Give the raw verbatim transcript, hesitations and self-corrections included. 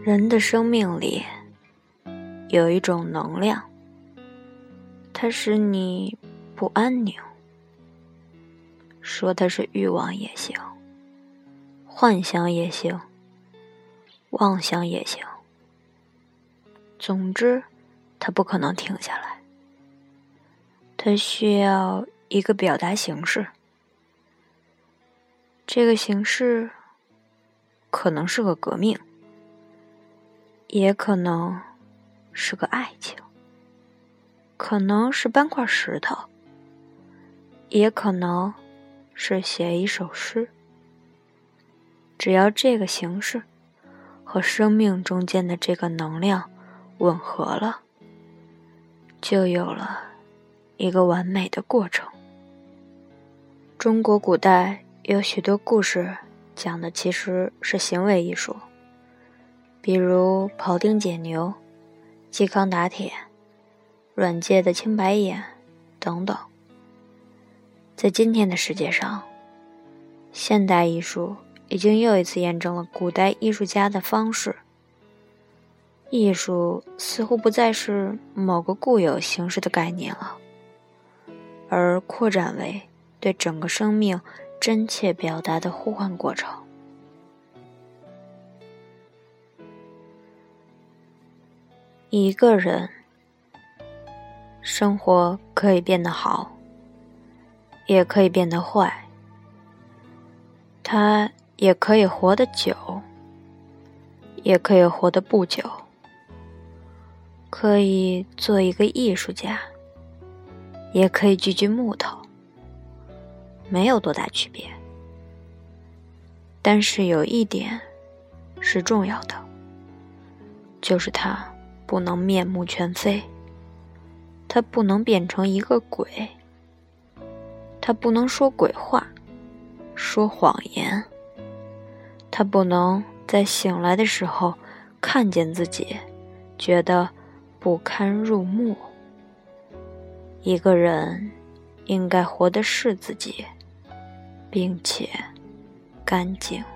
人的生命里有一种能量，它使你不安宁。说它是欲望也行，幻想也行，妄想也行，总之它不可能停下来。它需要一个表达形式，这个形式可能是个革命，也可能是个爱情，可能是搬块石头，也可能是写一首诗。只要这个形式和生命中间的这个能量吻合了，就有了一个完美的过程。中国古代有许多故事讲的其实是行为艺术，比如庖丁解牛、嵇康打铁、阮籍的青白眼等等。在今天的世界上，现代艺术已经又一次验证了古代艺术家的方式。艺术似乎不再是某个固有形式的概念了，而扩展为对整个生命真切表达的呼唤过程。一个人生活可以变得好，也可以变得坏，他也可以活得久，也可以活得不久，可以做一个艺术家，也可以锯锯木头，没有多大区别。但是有一点是重要的，就是他不能面目全非，他不能变成一个鬼，他不能说鬼话，说谎言，他不能在醒来的时候看见自己，觉得不堪入目。一个人应该活得是自己，并且干净。